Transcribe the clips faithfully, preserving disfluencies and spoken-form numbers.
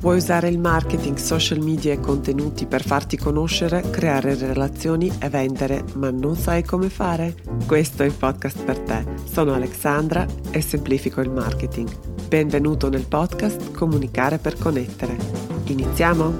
Vuoi usare il marketing, social media e contenuti per farti conoscere, creare relazioni e vendere, ma non sai come fare? Questo è il podcast per te. Sono Alexandra e semplifico il marketing. Benvenuto nel podcast Comunicare per connettere. Iniziamo?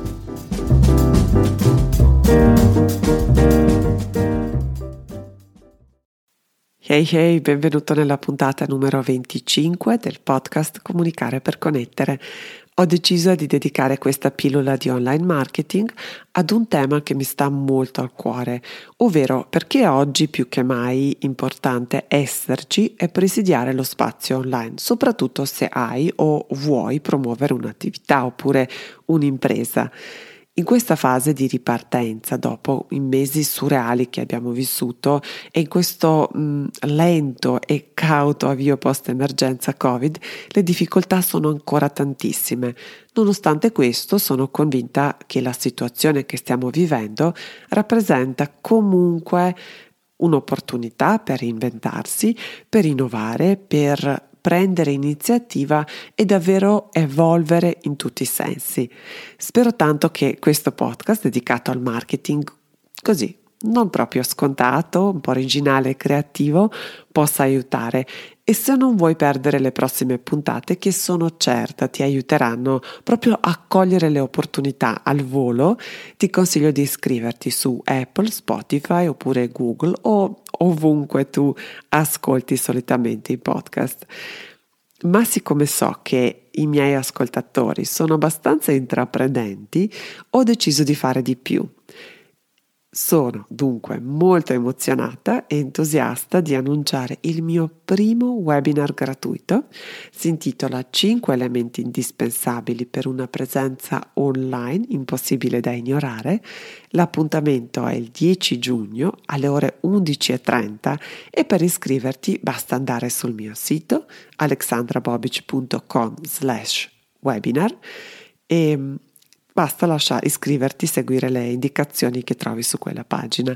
Hey hey, benvenuto nella puntata numero venticinque del podcast Comunicare per connettere. Ho deciso di dedicare questa pillola di online marketing ad un tema che mi sta molto al cuore, ovvero perché oggi più che mai è importante esserci e presidiare lo spazio online, soprattutto se hai o vuoi promuovere un'attività oppure un'impresa. In questa fase di ripartenza, dopo i mesi surreali che abbiamo vissuto e in questo mh, lento e cauto avvio post-emergenza Covid, le difficoltà sono ancora tantissime. Nonostante questo, sono convinta che la situazione che stiamo vivendo rappresenta comunque un'opportunità per reinventarsi, per innovare, per prendere iniziativa e davvero evolvere in tutti i sensi. Spero tanto che questo podcast dedicato al marketing, così, non proprio scontato, un po' originale e creativo, possa aiutare. E se non vuoi perdere le prossime puntate, che sono certa ti aiuteranno proprio a cogliere le opportunità al volo, ti consiglio di iscriverti su Apple, Spotify oppure Google o ovunque tu ascolti solitamente i podcast. Ma siccome so che i miei ascoltatori sono abbastanza intraprendenti, ho deciso di fare di più. Sono dunque molto emozionata e entusiasta di annunciare il mio primo webinar gratuito. Si intitola cinque elementi indispensabili per una presenza online impossibile da ignorare. L'appuntamento è il dieci giugno alle ore undici e trenta e per iscriverti basta andare sul mio sito alexandrabobic punto com slash webinar e basta lasciare iscriverti, seguire le indicazioni che trovi su quella pagina.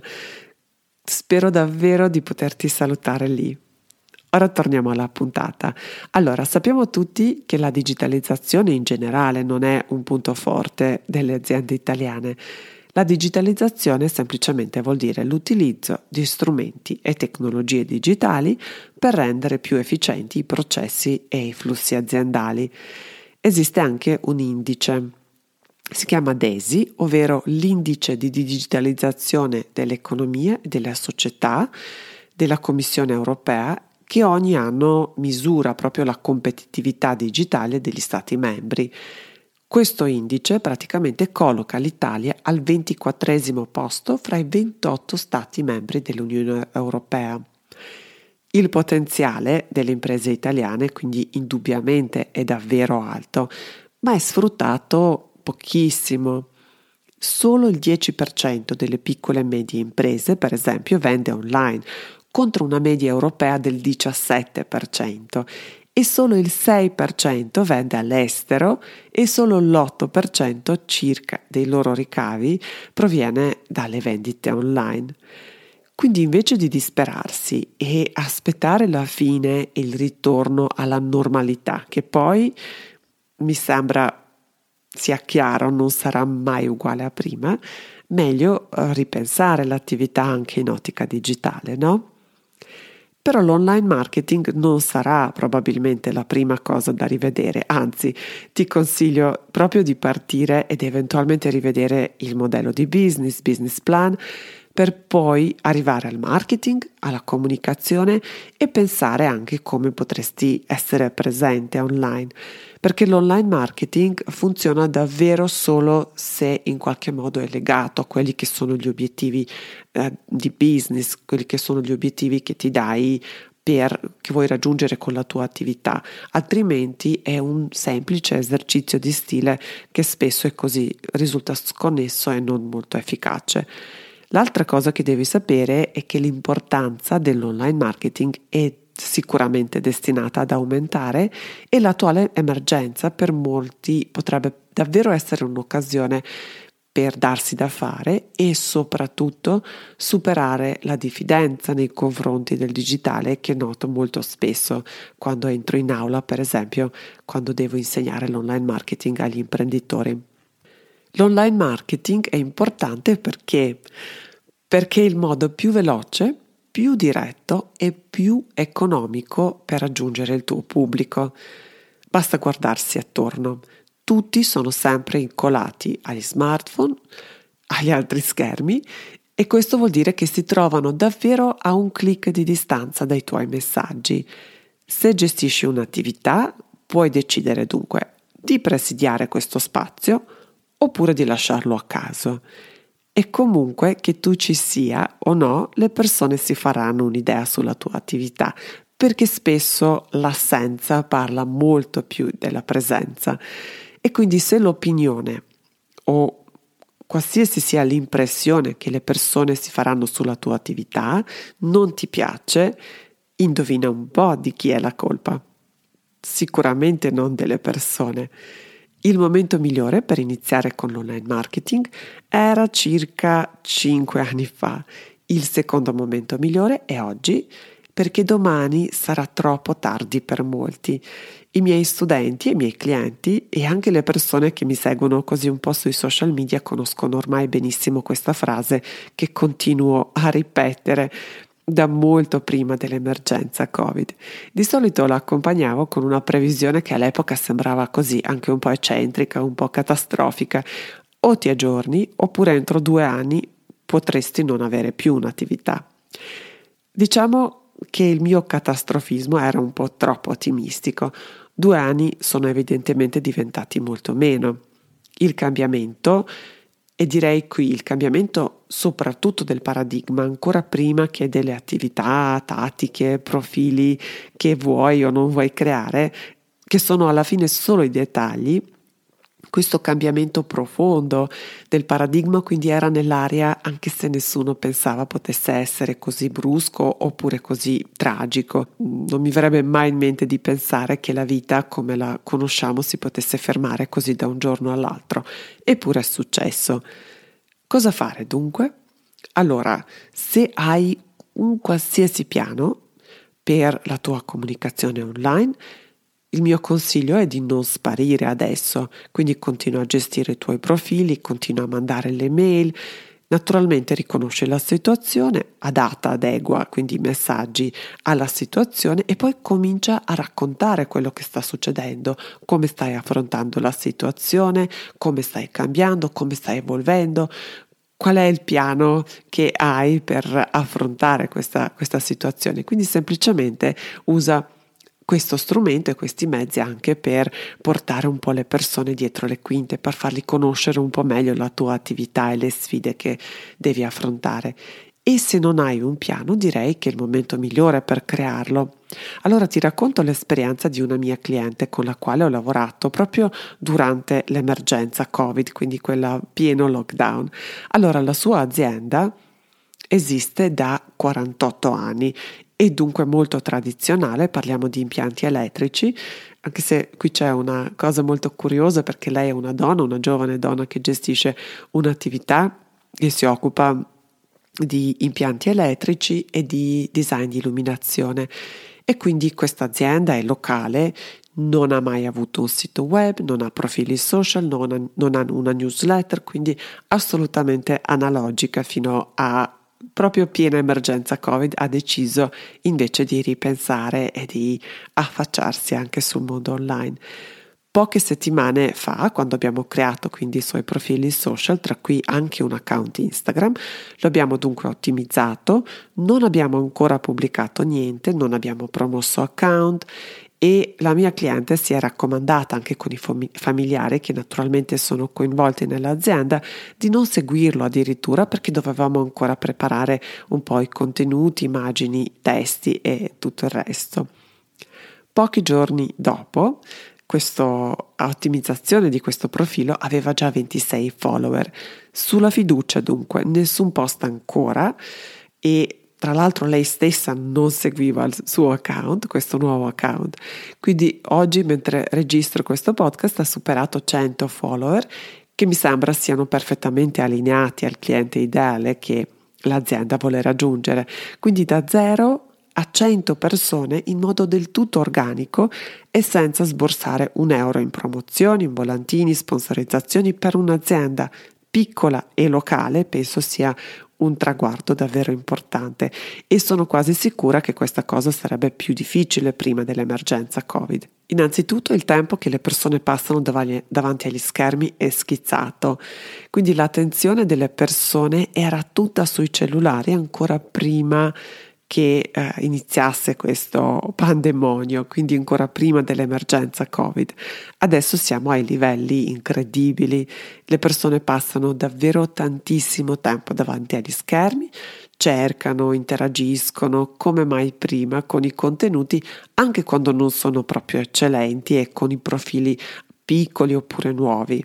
Spero davvero di poterti salutare lì. Ora torniamo alla puntata. Allora, sappiamo tutti che la digitalizzazione in generale non è un punto forte delle aziende italiane. La digitalizzazione semplicemente vuol dire l'utilizzo di strumenti e tecnologie digitali per rendere più efficienti i processi e i flussi aziendali. Esiste anche un indice. Si chiama D E S I, ovvero l'indice di digitalizzazione dell'economia e della società della Commissione europea, che ogni anno misura proprio la competitività digitale degli Stati membri. Questo indice praticamente colloca l'Italia al ventiquattresimo posto fra i ventotto Stati membri dell'Unione Europea. Il potenziale delle imprese italiane quindi indubbiamente è davvero alto, ma è sfruttato pochissimo. Solo il dieci per cento delle piccole e medie imprese, per esempio, vende online, contro una media europea del diciassette per cento, e solo il sei per cento vende all'estero e solo l'otto per cento circa dei loro ricavi proviene dalle vendite online. Quindi invece di disperarsi e aspettare la fine e il ritorno alla normalità, che poi mi sembra sia chiaro non sarà mai uguale a prima, meglio ripensare l'attività anche in ottica digitale, no? Però l'online marketing non sarà probabilmente la prima cosa da rivedere, anzi ti consiglio proprio di partire ed eventualmente rivedere il modello di business, business plan, per poi arrivare al marketing, alla comunicazione e pensare anche come potresti essere presente online, perché l'online marketing funziona davvero solo se in qualche modo è legato a quelli che sono gli obiettivi eh, di business, quelli che sono gli obiettivi che ti dai per, che vuoi raggiungere con la tua attività, altrimenti è un semplice esercizio di stile che spesso è così, risulta sconnesso e non molto efficace. L'altra cosa che devi sapere è che l'importanza dell'online marketing è sicuramente destinata ad aumentare e l'attuale emergenza per molti potrebbe davvero essere un'occasione per darsi da fare e soprattutto superare la diffidenza nei confronti del digitale che noto molto spesso quando entro in aula, per esempio, quando devo insegnare l'online marketing agli imprenditori. L'online marketing è importante perché? Perché è il modo più veloce, più diretto e più economico per raggiungere il tuo pubblico. Basta guardarsi attorno. Tutti sono sempre incollati agli smartphone, agli altri schermi e questo vuol dire che si trovano davvero a un click di distanza dai tuoi messaggi. Se gestisci un'attività, puoi decidere dunque di presidiare questo spazio oppure di lasciarlo a caso. E comunque che tu ci sia o no, le persone si faranno un'idea sulla tua attività, perché spesso l'assenza parla molto più della presenza. E quindi se l'opinione o qualsiasi sia l'impressione che le persone si faranno sulla tua attività non ti piace, indovina un po' di chi è la colpa. Sicuramente non delle persone. Il momento migliore per iniziare con l'online marketing era circa cinque anni fa. Il secondo momento migliore è oggi, perché domani sarà troppo tardi per molti. I miei studenti e i miei clienti e anche le persone che mi seguono così un po' sui social media conoscono ormai benissimo questa frase che continuo a ripetere da molto prima dell'emergenza Covid. Di solito la accompagnavo con una previsione che all'epoca sembrava così, anche un po' eccentrica, un po' catastrofica. O ti aggiorni, oppure entro due anni potresti non avere più un'attività. Diciamo che il mio catastrofismo era un po' troppo ottimistico. Due anni sono evidentemente diventati molto meno. Il cambiamento, e direi qui il cambiamento soprattutto del paradigma, ancora prima che delle attività, tattiche, profili che vuoi o non vuoi creare, che sono alla fine solo i dettagli. Questo cambiamento profondo del paradigma quindi era nell'aria, anche se nessuno pensava potesse essere così brusco oppure così tragico. Non mi verrebbe mai in mente di pensare che la vita come la conosciamo si potesse fermare così da un giorno all'altro, eppure è successo. Cosa fare dunque? Allora, se hai un qualsiasi piano per la tua comunicazione online, il mio consiglio è di non sparire adesso, quindi continua a gestire i tuoi profili, continua a mandare le mail, naturalmente riconosci la situazione, adatta, adegua, quindi i messaggi alla situazione e poi comincia a raccontare quello che sta succedendo, come stai affrontando la situazione, come stai cambiando, come stai evolvendo. Qual è il piano che hai per affrontare questa, questa situazione? Quindi semplicemente usa questo strumento e questi mezzi anche per portare un po' le persone dietro le quinte, per farli conoscere un po' meglio la tua attività e le sfide che devi affrontare. E se non hai un piano, direi che è il momento migliore per crearlo. Allora ti racconto l'esperienza di una mia cliente con la quale ho lavorato proprio durante l'emergenza Covid, quindi quella pieno lockdown. Allora la sua azienda esiste da quarantotto anni e dunque molto tradizionale, parliamo di impianti elettrici, anche se qui c'è una cosa molto curiosa perché lei è una donna, una giovane donna che gestisce un'attività che si occupa di impianti elettrici e di design di illuminazione e quindi questa azienda è locale, non ha mai avuto un sito web, non ha profili social, non ha, non ha una newsletter, quindi assolutamente analogica fino a proprio piena emergenza Covid ha deciso invece di ripensare e di affacciarsi anche sul mondo online. Poche settimane fa, quando abbiamo creato quindi i suoi profili social, tra cui anche un account Instagram, lo abbiamo dunque ottimizzato, non abbiamo ancora pubblicato niente, non abbiamo promosso account e la mia cliente si è raccomandata anche con i fam- familiari che naturalmente sono coinvolti nell'azienda di non seguirlo addirittura perché dovevamo ancora preparare un po' i contenuti, immagini, testi e tutto il resto. Pochi giorni dopo, questa ottimizzazione di questo profilo aveva già ventisei follower. Sulla fiducia dunque nessun post ancora e tra l'altro lei stessa non seguiva il suo account, questo nuovo account. Quindi oggi mentre registro questo podcast ha superato cento follower che mi sembra siano perfettamente allineati al cliente ideale che l'azienda vuole raggiungere. Quindi da zero a cento persone in modo del tutto organico e senza sborsare un euro in promozioni, in volantini, sponsorizzazioni. Per un'azienda piccola e locale penso sia un traguardo davvero importante e sono quasi sicura che questa cosa sarebbe più difficile prima dell'emergenza Covid. Innanzitutto il tempo che le persone passano davanti agli schermi è schizzato, quindi l'attenzione delle persone era tutta sui cellulari ancora prima che eh, iniziasse questo pandemonio, quindi ancora prima dell'emergenza Covid. Adesso siamo ai livelli incredibili, le persone passano davvero tantissimo tempo davanti agli schermi, cercano, interagiscono come mai prima con i contenuti, anche quando non sono proprio eccellenti e con i profili piccoli oppure nuovi.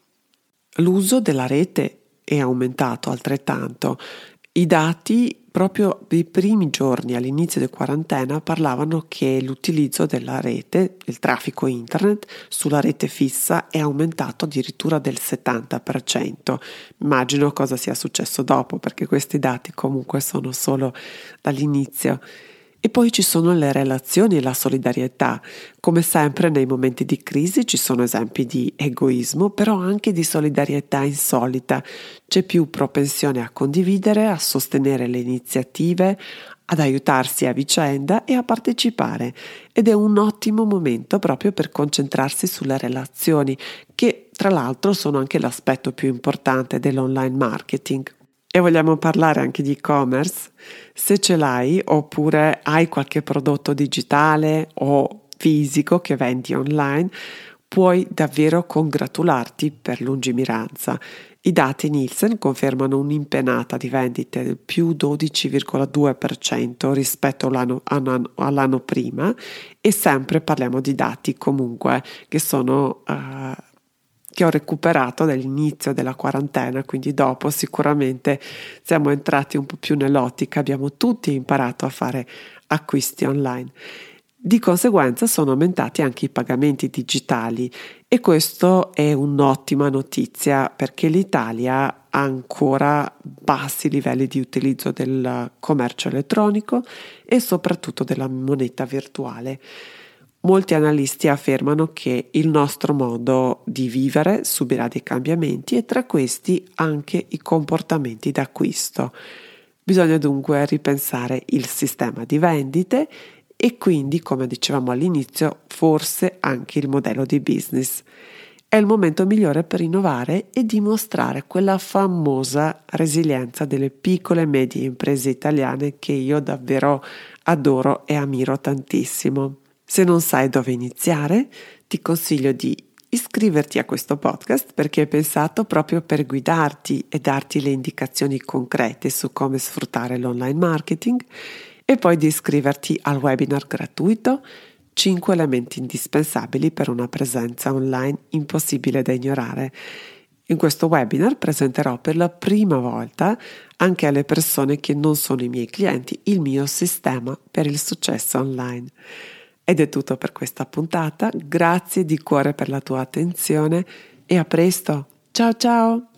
L'uso della rete è aumentato altrettanto. I dati proprio dei primi giorni all'inizio di quarantena parlavano che l'utilizzo della rete, il traffico internet sulla rete fissa è aumentato addirittura del settanta per cento. Immagino cosa sia successo dopo, perché questi dati comunque sono solo dall'inizio. E poi ci sono le relazioni e la solidarietà. Come sempre nei momenti di crisi ci sono esempi di egoismo, però anche di solidarietà insolita. C'è più propensione a condividere, a sostenere le iniziative, ad aiutarsi a vicenda e a partecipare. Ed è un ottimo momento proprio per concentrarsi sulle relazioni, che tra l'altro sono anche l'aspetto più importante dell'online marketing. E vogliamo parlare anche di e-commerce? Se ce l'hai oppure hai qualche prodotto digitale o fisico che vendi online, puoi davvero congratularti per lungimiranza. I dati Nielsen confermano un'impennata di vendite del più dodici virgola due per cento rispetto all'anno, all'anno prima e sempre parliamo di dati comunque che sono... Uh, che ho recuperato dall'inizio della quarantena, quindi dopo sicuramente siamo entrati un po' più nell'ottica, abbiamo tutti imparato a fare acquisti online. Di conseguenza sono aumentati anche i pagamenti digitali e questo è un'ottima notizia perché l'Italia ha ancora bassi livelli di utilizzo del commercio elettronico e soprattutto della moneta virtuale. Molti analisti affermano che il nostro modo di vivere subirà dei cambiamenti e tra questi anche i comportamenti d'acquisto. Bisogna dunque ripensare il sistema di vendite e quindi, come dicevamo all'inizio, forse anche il modello di business. È il momento migliore per innovare e dimostrare quella famosa resilienza delle piccole e medie imprese italiane che io davvero adoro e ammiro tantissimo. Se non sai dove iniziare, ti consiglio di iscriverti a questo podcast perché è pensato proprio per guidarti e darti le indicazioni concrete su come sfruttare l'online marketing e poi di iscriverti al webinar gratuito cinque elementi indispensabili per una presenza online impossibile da ignorare. In questo webinar presenterò per la prima volta anche alle persone che non sono i miei clienti il mio sistema per il successo online. Ed è tutto per questa puntata, grazie di cuore per la tua attenzione e a presto, ciao ciao!